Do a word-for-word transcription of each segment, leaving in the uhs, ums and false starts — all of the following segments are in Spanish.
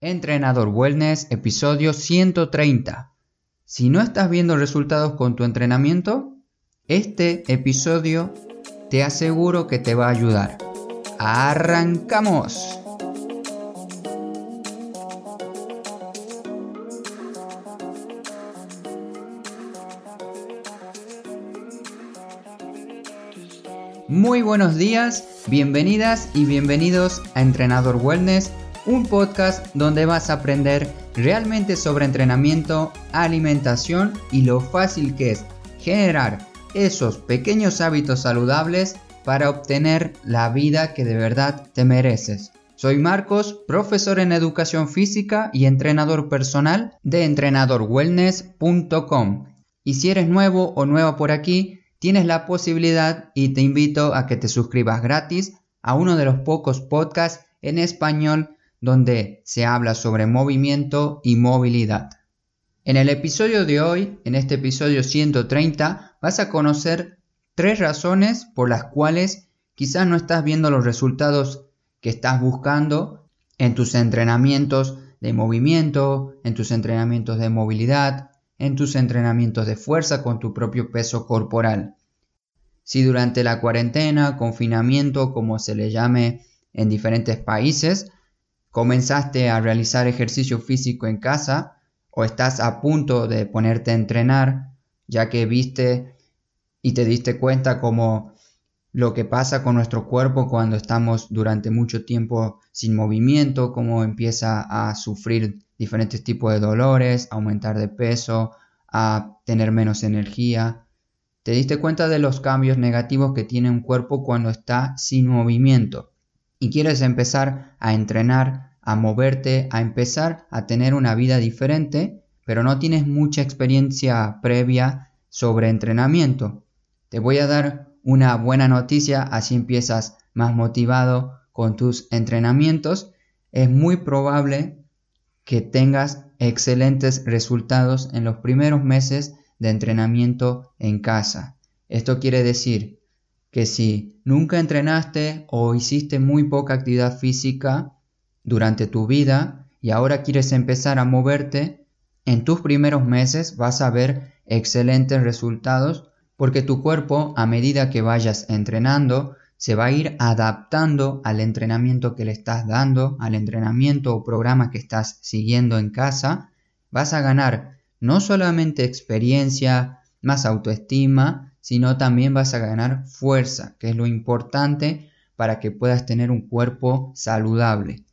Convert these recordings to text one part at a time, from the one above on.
Entrenador Wellness, episodio ciento treinta. Si no estás viendo resultados con tu entrenamiento, este episodio te aseguro que te va a ayudar. ¡Arrancamos! Muy buenos días, bienvenidas y bienvenidos a Entrenador Wellness, un podcast donde vas a aprender realmente sobre entrenamiento, alimentación y lo fácil que es generar esos pequeños hábitos saludables para obtener la vida que de verdad te mereces. Soy Marcos, profesor en educación física y entrenador personal de entrenador wellness punto com. Y si eres nuevo o nueva por aquí, tienes la posibilidad y te invito a que te suscribas gratis a uno de los pocos podcasts en español donde se habla sobre movimiento y movilidad. En el episodio de hoy, en este episodio ciento treinta, vas a conocer tres razones por las cuales quizás no estás viendo los resultados que estás buscando en tus entrenamientos de movimiento, en tus entrenamientos de movilidad, en tus entrenamientos de fuerza con tu propio peso corporal. Si durante la cuarentena, confinamiento, como se le llame en diferentes países, comenzaste a realizar ejercicio físico en casa o estás a punto de ponerte a entrenar, ya que viste y te diste cuenta como lo que pasa con nuestro cuerpo cuando estamos durante mucho tiempo sin movimiento, cómo empieza a sufrir diferentes tipos de dolores, aumentar de peso, a tener menos energía. Te diste cuenta de los cambios negativos que tiene un cuerpo cuando está sin movimiento y quieres empezar a entrenar, a moverte, a empezar a tener una vida diferente, pero no tienes mucha experiencia previa sobre entrenamiento. Te voy a dar una buena noticia, así empiezas más motivado con tus entrenamientos. Es muy probable que tengas excelentes resultados en los primeros meses de entrenamiento en casa. Esto quiere decir que si nunca entrenaste o hiciste muy poca actividad física durante tu vida y ahora quieres empezar a moverte, en tus primeros meses vas a ver excelentes resultados porque tu cuerpo, a medida que vayas entrenando, se va a ir adaptando al entrenamiento que le estás dando, al entrenamiento o programa que estás siguiendo en casa. Vas a ganar no solamente experiencia, más autoestima, sino también vas a ganar fuerza, que es lo importante para que puedas tener un cuerpo saludable.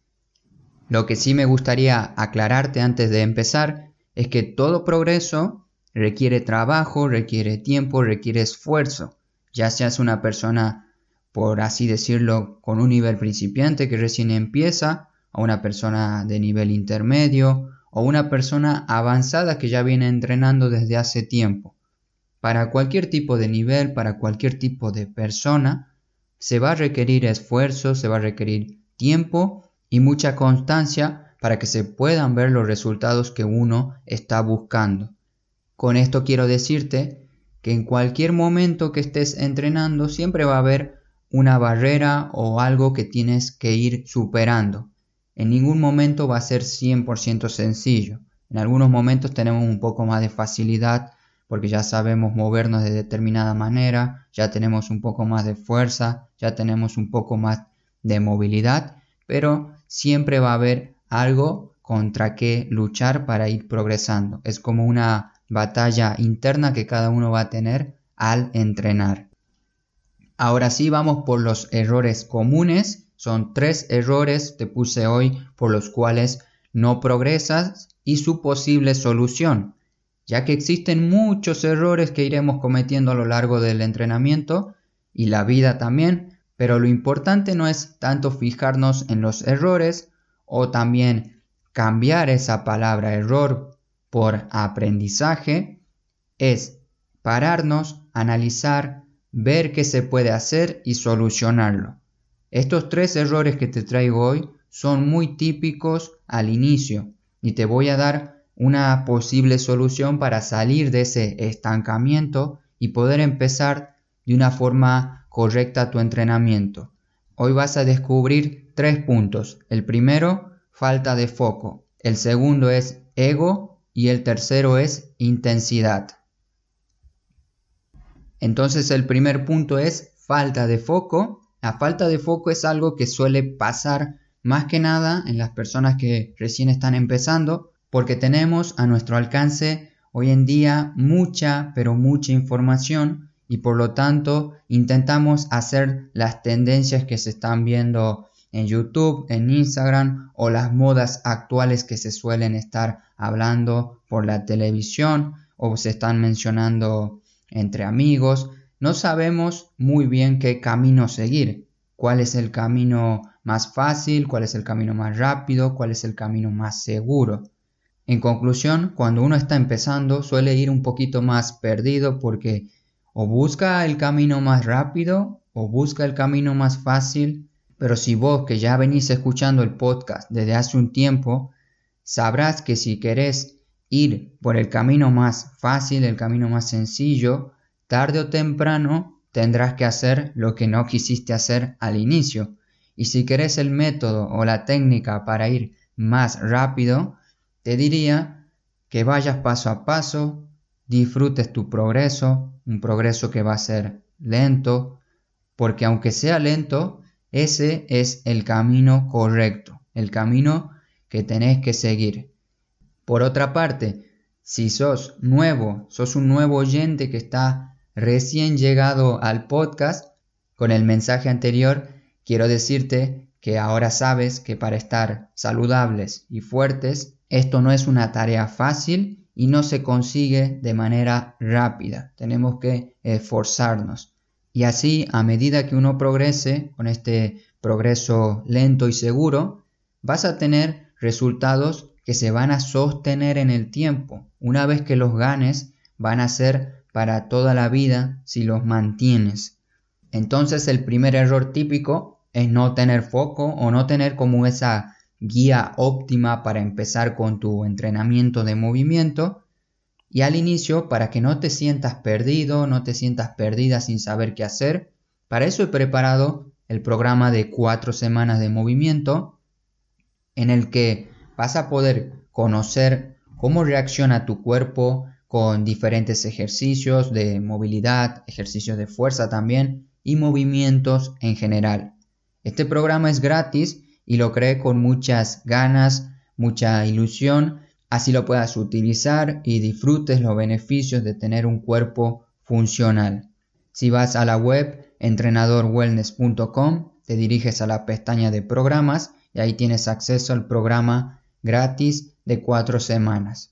Lo que sí me gustaría aclararte antes de empezar es que todo progreso requiere trabajo, requiere tiempo, requiere esfuerzo. Ya seas una persona, por así decirlo, con un nivel principiante que recién empieza, o una persona de nivel intermedio, o una persona avanzada que ya viene entrenando desde hace tiempo. Para cualquier tipo de nivel, para cualquier tipo de persona, se va a requerir esfuerzo, se va a requerir tiempo y mucha constancia para que se puedan ver los resultados que uno está buscando. Con esto quiero decirte que en cualquier momento que estés entrenando siempre va a haber una barrera o algo que tienes que ir superando. En ningún momento va a ser cien por ciento sencillo. En algunos momentos tenemos un poco más de facilidad porque ya sabemos movernos de determinada manera, ya tenemos un poco más de fuerza, ya tenemos un poco más de movilidad, pero siempre va a haber algo contra que luchar para ir progresando. Es como una batalla interna que cada uno va a tener al entrenar. Ahora sí, vamos por los errores comunes. Son tres errores, te puse hoy, por los cuales no progresas y su posible solución, ya que existen muchos errores que iremos cometiendo a lo largo del entrenamiento y la vida también, pero lo importante no es tanto fijarnos en los errores o también cambiar esa palabra error por aprendizaje, es pararnos, analizar, ver qué se puede hacer y solucionarlo. Estos tres errores que te traigo hoy son muy típicos al inicio y te voy a dar una posible solución para salir de ese estancamiento y poder empezar de una forma correcta tu entrenamiento. Hoy vas a descubrir tres puntos. El primero, falta de foco. El segundo es ego y el tercero es intensidad. Entonces el primer punto es falta de foco. La falta de foco es algo que suele pasar más que nada en las personas que recién están empezando, porque tenemos a nuestro alcance hoy en día mucha, pero mucha información y por lo tanto intentamos hacer las tendencias que se están viendo en YouTube, en Instagram o las modas actuales que se suelen estar hablando por la televisión o se están mencionando entre amigos. No sabemos muy bien qué camino seguir, cuál es el camino más fácil, cuál es el camino más rápido, cuál es el camino más seguro. En conclusión, cuando uno está empezando suele ir un poquito más perdido porque o busca el camino más rápido o busca el camino más fácil, pero si vos que ya venís escuchando el podcast desde hace un tiempo, sabrás que si querés ir por el camino más fácil, el camino más sencillo, tarde o temprano tendrás que hacer lo que no quisiste hacer al inicio. Y si querés el método o la técnica para ir más rápido, te diría que vayas paso a paso, disfrutes tu progreso, un progreso que va a ser lento, porque aunque sea lento, ese es el camino correcto, el camino que tenés que seguir. Por otra parte, si sos nuevo, sos un nuevo oyente que está recién llegado al podcast, con el mensaje anterior quiero decirte que ahora sabes que para estar saludables y fuertes, esto no es una tarea fácil y no se consigue de manera rápida. Tenemos que esforzarnos. Y así, a medida que uno progrese con este progreso lento y seguro, vas a tener resultados que se van a sostener en el tiempo. Una vez que los ganes, van a ser para toda la vida si los mantienes. Entonces, el primer error típico es no tener foco o no tener como esa guía óptima para empezar con tu entrenamiento de movimiento. Y al inicio, para que no te sientas perdido, no te sientas perdida sin saber qué hacer, para eso he preparado el programa de cuatro semanas de movimiento, en el que vas a poder conocer cómo reacciona tu cuerpo con diferentes ejercicios de movilidad, ejercicios de fuerza también y movimientos en general. Este programa es gratis y lo creé con muchas ganas, mucha ilusión, así lo puedas utilizar y disfrutes los beneficios de tener un cuerpo funcional. Si vas a la web entrenador wellness punto com, te diriges a la pestaña de programas y ahí tienes acceso al programa gratis de cuatro semanas.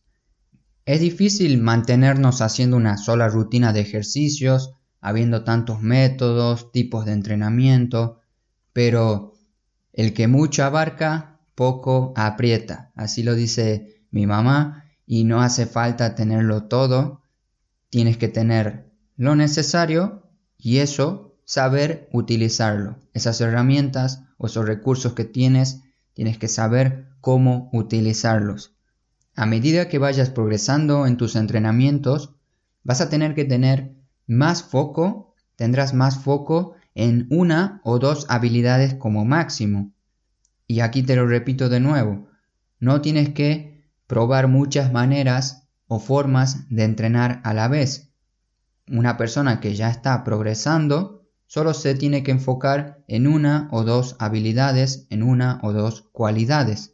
Es difícil mantenernos haciendo una sola rutina de ejercicios, habiendo tantos métodos, tipos de entrenamiento, pero el que mucho abarca, poco aprieta. Así lo dice mi mamá y no hace falta tenerlo todo. Tienes que tener lo necesario y eso, saber utilizarlo. Esas herramientas o esos recursos que tienes, tienes que saber cómo utilizarlos. A medida que vayas progresando en tus entrenamientos, vas a tener que tener más foco, tendrás más foco en una o dos habilidades como máximo. Y aquí te lo repito de nuevo, no tienes que probar muchas maneras o formas de entrenar a la vez. Una persona que ya está progresando solo se tiene que enfocar en una o dos habilidades, en una o dos cualidades.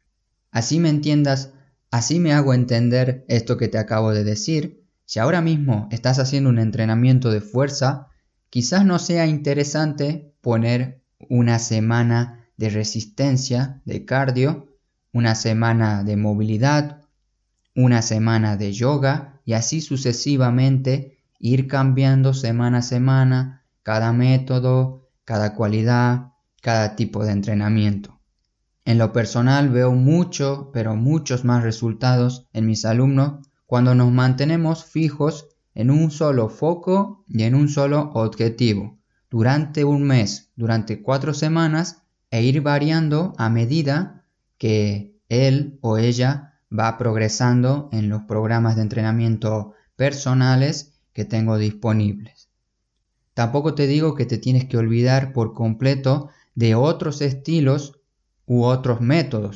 Así me entiendas, así me hago entender esto que te acabo de decir. Si ahora mismo estás haciendo un entrenamiento de fuerza, quizás no sea interesante poner una semana de resistencia, de cardio, una semana de movilidad, una semana de yoga y así sucesivamente ir cambiando semana a semana cada método, cada cualidad, cada tipo de entrenamiento. En lo personal veo mucho, pero muchos más resultados en mis alumnos cuando nos mantenemos fijos en un solo foco y en un solo objetivo durante un mes, durante cuatro semanas e ir variando a medida que él o ella va progresando en los programas de entrenamiento personales que tengo disponibles. Tampoco te digo que te tienes que olvidar por completo de otros estilos u otros métodos,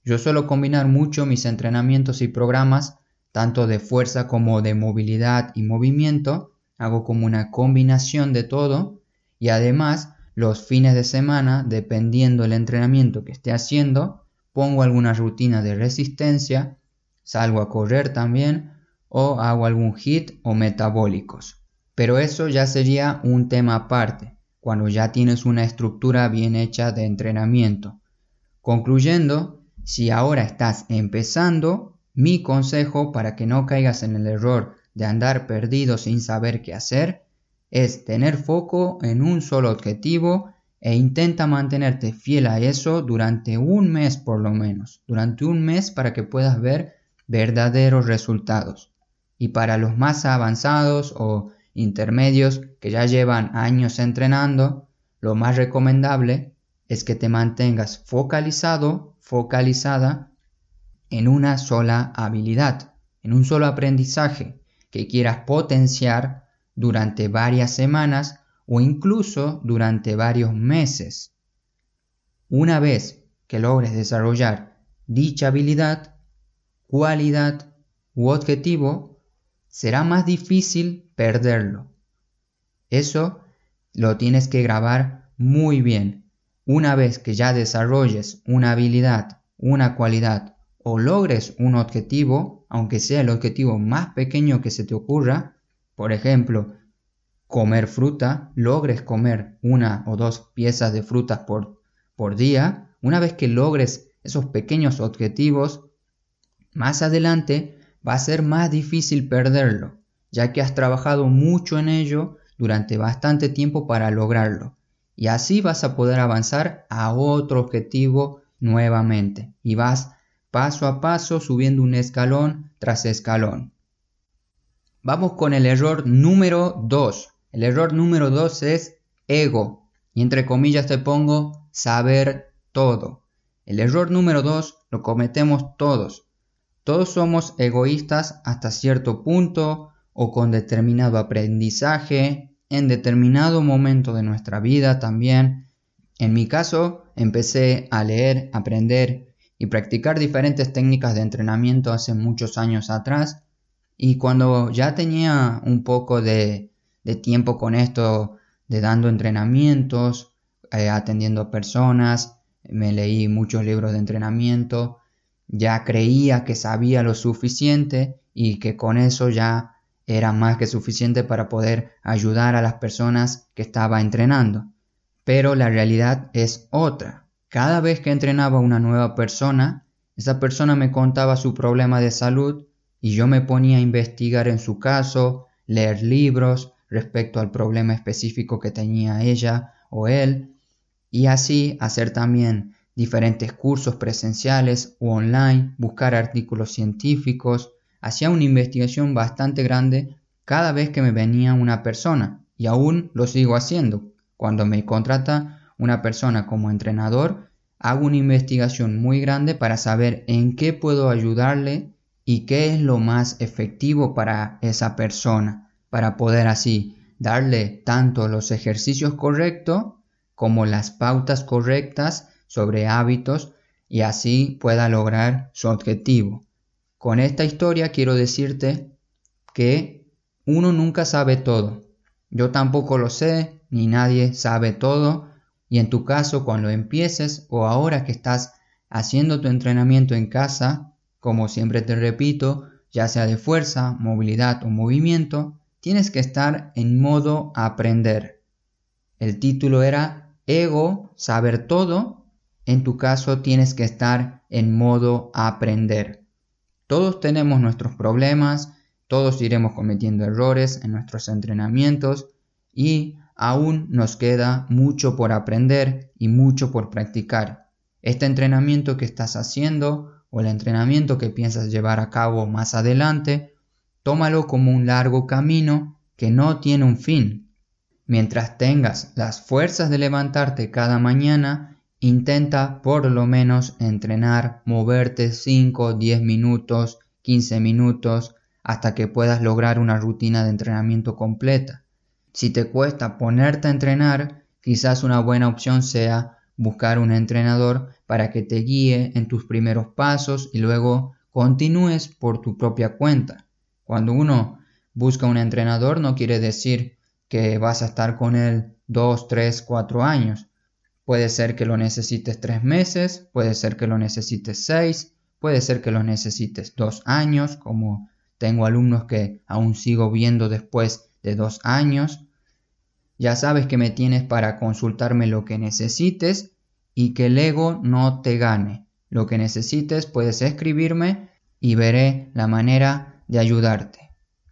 Yo suelo combinar mucho mis entrenamientos y programas, tanto de fuerza como de movilidad y movimiento. Hago como una combinación de todo y además los fines de semana, dependiendo del entrenamiento que esté haciendo, pongo alguna rutina de resistencia, salgo a correr también o hago algún hit o metabólicos. Pero eso ya sería un tema aparte, cuando ya tienes una estructura bien hecha de entrenamiento. Concluyendo, si ahora estás empezando, mi consejo para que no caigas en el error de andar perdido sin saber qué hacer es tener foco en un solo objetivo e intenta mantenerte fiel a eso durante un mes por lo menos, durante un mes para que puedas ver verdaderos resultados. Y para los más avanzados o intermedios que ya llevan años entrenando, lo más recomendable es que te mantengas focalizado, focalizada en una sola habilidad, en un solo aprendizaje que quieras potenciar durante varias semanas o incluso durante varios meses. Una vez que logres desarrollar dicha habilidad, cualidad u objetivo, será más difícil perderlo. Eso lo tienes que grabar muy bien. Una vez que ya desarrolles una habilidad, una cualidad o logres un objetivo, aunque sea el objetivo más pequeño que se te ocurra, por ejemplo, comer fruta, logres comer una o dos piezas de frutas por, por día, una vez que logres esos pequeños objetivos, más adelante va a ser más difícil perderlo, ya que has trabajado mucho en ello durante bastante tiempo para lograrlo. Y así vas a poder avanzar a otro objetivo nuevamente. Y vas paso a paso subiendo un escalón tras escalón. Vamos con el error número dos. El error número dos es ego. Y entre comillas te pongo saber todo. El error número dos lo cometemos todos. Todos somos egoístas hasta cierto punto o con determinado aprendizaje, en determinado momento de nuestra vida también. En mi caso, empecé a leer, aprender y practicar diferentes técnicas de entrenamiento hace muchos años atrás. Y cuando ya tenía un poco de, de tiempo con esto, de dando entrenamientos, eh, atendiendo a personas, me leí muchos libros de entrenamiento, ya creía que sabía lo suficiente y que con eso ya era más que suficiente para poder ayudar a las personas que estaba entrenando. Pero la realidad es otra. Cada vez que entrenaba a una nueva persona, esa persona me contaba su problema de salud y yo me ponía a investigar en su caso, leer libros respecto al problema específico que tenía ella o él, y así hacer también diferentes cursos presenciales u online, buscar artículos científicos. Hacía una investigación bastante grande cada vez que me venía una persona y aún lo sigo haciendo. Cuando me contrata una persona como entrenador, hago una investigación muy grande para saber en qué puedo ayudarle y qué es lo más efectivo para esa persona, para poder así darle tanto los ejercicios correctos como las pautas correctas sobre hábitos y así pueda lograr su objetivo. Con esta historia quiero decirte que uno nunca sabe todo. Yo tampoco lo sé, ni nadie sabe todo. Y en tu caso, cuando empieces o ahora que estás haciendo tu entrenamiento en casa, como siempre te repito, ya sea de fuerza, movilidad o movimiento, tienes que estar en modo aprender. El título era Ego, saber todo. En tu caso tienes que estar en modo aprender. Todos tenemos nuestros problemas, todos iremos cometiendo errores en nuestros entrenamientos y aún nos queda mucho por aprender y mucho por practicar. Este entrenamiento que estás haciendo o el entrenamiento que piensas llevar a cabo más adelante, tómalo como un largo camino que no tiene un fin. Mientras tengas las fuerzas de levantarte cada mañana, intenta por lo menos entrenar, moverte cinco o diez minutos, quince minutos, hasta que puedas lograr una rutina de entrenamiento completa. Si te cuesta ponerte a entrenar, quizás una buena opción sea buscar un entrenador para que te guíe en tus primeros pasos y luego continúes por tu propia cuenta. Cuando uno busca un entrenador no quiere decir que vas a estar con él dos, tres, cuatro años. Puede ser que lo necesites tres meses, puede ser que lo necesites seis, puede ser que lo necesites dos años, como tengo alumnos que aún sigo viendo después de dos años. Ya sabes que me tienes para consultarme lo que necesites y que el ego no te gane. Lo que necesites puedes escribirme y veré la manera de ayudarte.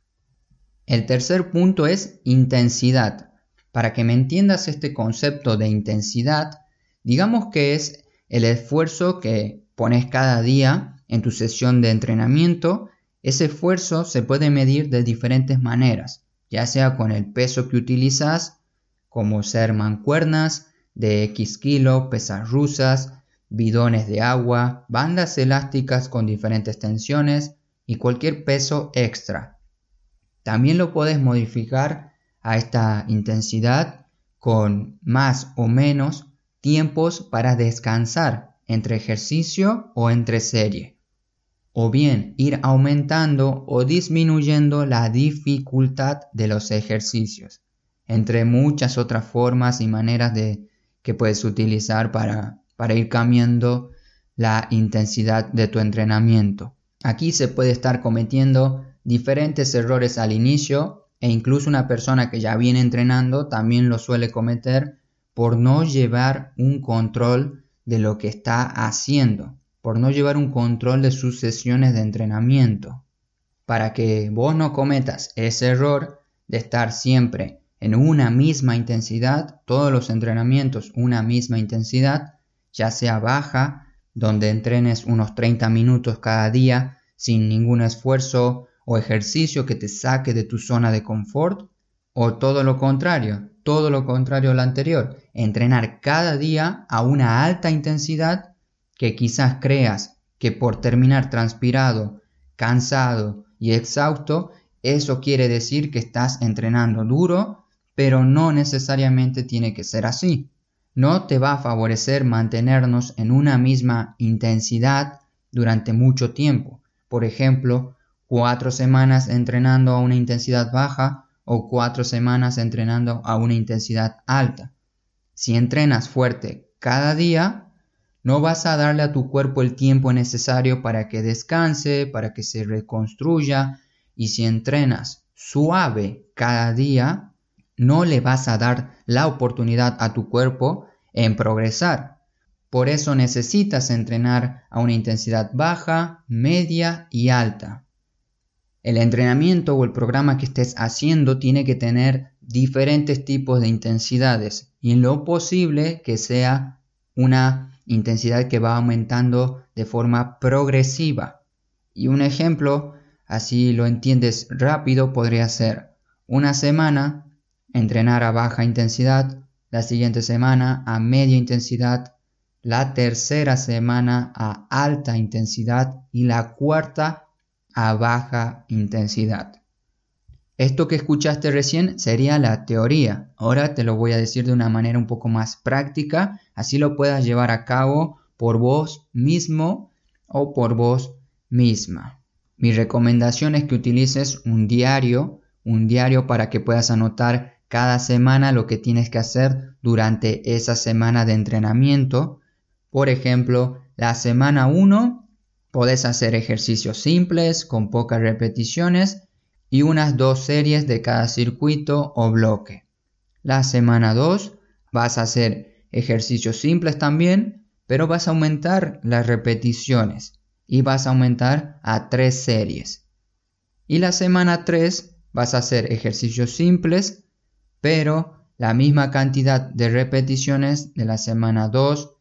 El tercer punto es intensidad. Para que me entiendas este concepto de intensidad, digamos que es el esfuerzo que pones cada día en tu sesión de entrenamiento. Ese esfuerzo se puede medir de diferentes maneras, ya sea con el peso que utilizas, como ser mancuernas de X kilo, pesas rusas, bidones de agua, bandas elásticas con diferentes tensiones y cualquier peso extra. También lo puedes modificar a esta intensidad con más o menos tiempos para descansar entre ejercicio o entre serie. O bien ir aumentando o disminuyendo la dificultad de los ejercicios, entre muchas otras formas y maneras de, que puedes utilizar para, para ir cambiando la intensidad de tu entrenamiento. Aquí se puede estar cometiendo diferentes errores al inicio e incluso una persona que ya viene entrenando también lo suele cometer por no llevar un control de lo que está haciendo, por no llevar un control de sus sesiones de entrenamiento. Para que vos no cometas ese error de estar siempre en una misma intensidad, todos los entrenamientos una misma intensidad, ya sea baja, donde entrenes unos treinta minutos cada día sin ningún esfuerzo o ejercicio que te saque de tu zona de confort, o todo lo contrario, todo lo contrario a lo anterior, entrenar cada día a una alta intensidad que quizás creas que por terminar transpirado, cansado y exhausto, eso quiere decir que estás entrenando duro, pero no necesariamente tiene que ser así. No te va a favorecer mantenernos en una misma intensidad durante mucho tiempo. Por ejemplo, cuatro semanas entrenando a una intensidad baja o cuatro semanas entrenando a una intensidad alta. Si entrenas fuerte cada día, no vas a darle a tu cuerpo el tiempo necesario para que descanse, para que se reconstruya, y si entrenas suave cada día, no le vas a dar la oportunidad a tu cuerpo en progresar. Por eso necesitas entrenar a una intensidad baja, media y alta. El entrenamiento o el programa que estés haciendo tiene que tener diferentes tipos de intensidades y en lo posible que sea una intensidad que va aumentando de forma progresiva. Y un ejemplo, así lo entiendes rápido, podría ser una semana entrenar a baja intensidad, la siguiente semana a media intensidad, la tercera semana a alta intensidad y la cuarta a baja intensidad. Esto que escuchaste recién sería la teoría. Ahora te lo voy a decir de una manera un poco más práctica, así lo puedas llevar a cabo por vos mismo o por vos misma. Mi recomendación es que utilices un diario, un diario para que puedas anotar cada semana lo que tienes que hacer durante esa semana de entrenamiento. Por ejemplo, la semana uno podés hacer ejercicios simples con pocas repeticiones y unas dos series de cada circuito o bloque. La semana dos vas a hacer ejercicios simples también, pero vas a aumentar las repeticiones y vas a aumentar a tres series. Y la semana tres vas a hacer ejercicios simples, pero la misma cantidad de repeticiones de la semana dos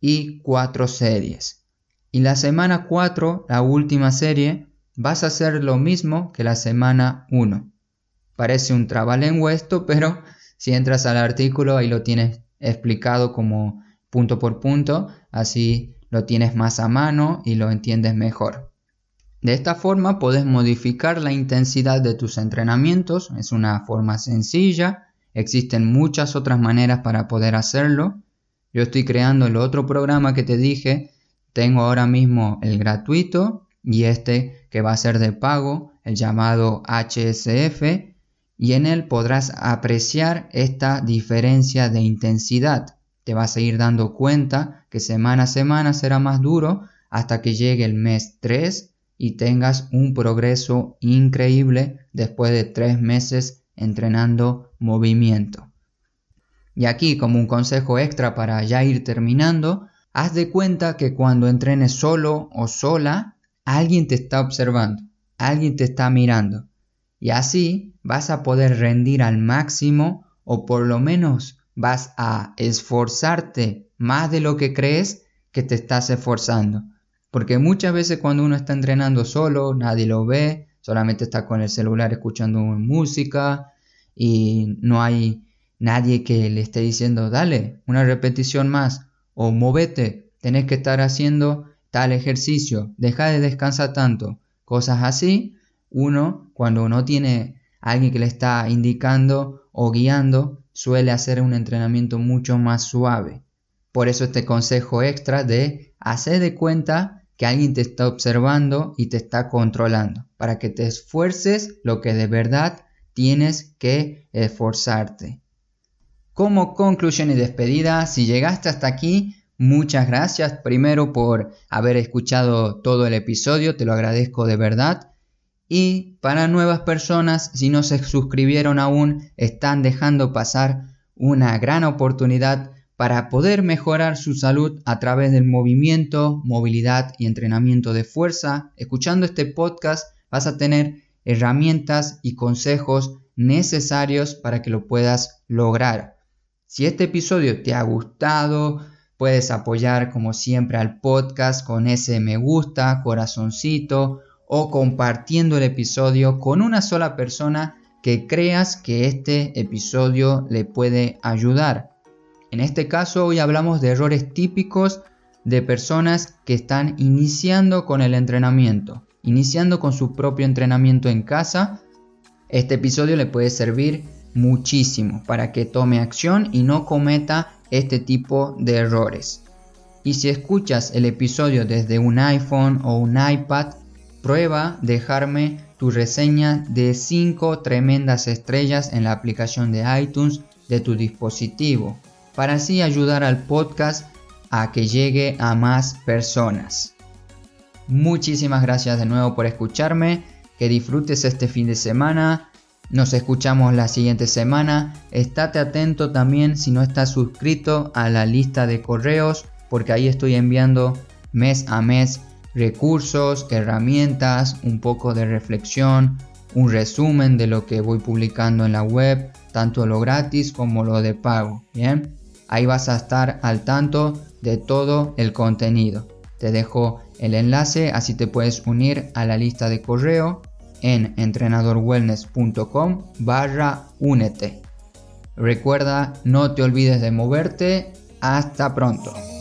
y cuatro series. Y la semana cuatro, la última serie, vas a hacer lo mismo que la semana uno. Parece un trabalengua esto, pero si entras al artículo ahí lo tienes explicado como punto por punto, así lo tienes más a mano y lo entiendes mejor. De esta forma puedes modificar la intensidad de tus entrenamientos, es una forma sencilla, existen muchas otras maneras para poder hacerlo, Yo estoy creando el otro programa que te dije. Tengo ahora mismo el gratuito y este que va a ser de pago, el llamado H S F, y en él podrás apreciar esta diferencia de intensidad. Te vas a ir dando cuenta que semana a semana será más duro hasta que llegue el mes tres y tengas un progreso increíble después de tres meses entrenando movimiento. Y aquí, como un consejo extra para ya ir terminando, haz de cuenta que cuando entrenes solo o sola, alguien te está observando, alguien te está mirando. Y así vas a poder rendir al máximo, o por lo menos vas a esforzarte más de lo que crees que te estás esforzando. Porque muchas veces cuando uno está entrenando solo, nadie lo ve, solamente está con el celular escuchando música y no hay nadie que le esté diciendo dale, una repetición más o movete, tenés que estar haciendo tal ejercicio, deja de descansar tanto, cosas así. Uno, cuando no tiene alguien que le está indicando o guiando, suele hacer un entrenamiento mucho más suave. Por eso este consejo extra de hacer de cuenta que alguien te está observando y te está controlando, para que te esfuerces lo que de verdad tienes que esforzarte. Como conclusión y despedida, si llegaste hasta aquí, muchas gracias primero por haber escuchado todo el episodio, te lo agradezco de verdad. Y para nuevas personas, si no se suscribieron aún, están dejando pasar una gran oportunidad para poder mejorar su salud a través del movimiento, movilidad y entrenamiento de fuerza. Escuchando este podcast vas a tener herramientas y consejos necesarios para que lo puedas lograr. Si este episodio te ha gustado, puedes apoyar como siempre al podcast con ese me gusta, corazoncito o compartiendo el episodio con una sola persona que creas que este episodio le puede ayudar. En este caso hoy hablamos de errores típicos de personas que están iniciando con el entrenamiento, iniciando con su propio entrenamiento en casa. Este episodio le puede servir muchísimo para que tome acción y no cometa este tipo de errores. Y si escuchas el episodio desde un iPhone o un iPad, prueba dejarme tu reseña de cinco tremendas estrellas en la aplicación de iTunes de tu dispositivo, para así ayudar al podcast a que llegue a más personas. Muchísimas gracias de nuevo por escucharme, que disfrutes este fin de semana, nos escuchamos la siguiente semana. Estate atento también si no estás suscrito a la lista de correos, porque ahí estoy enviando mes a mes recursos, herramientas, un poco de reflexión, un resumen de lo que voy publicando en la web, tanto lo gratis como lo de pago, ¿bien? Ahí vas a estar al tanto de todo el contenido. Te dejo el enlace, así te puedes unir a la lista de correo en entrenadorwellness.com barra únete. Recuerda, no te olvides de moverte. Hasta pronto.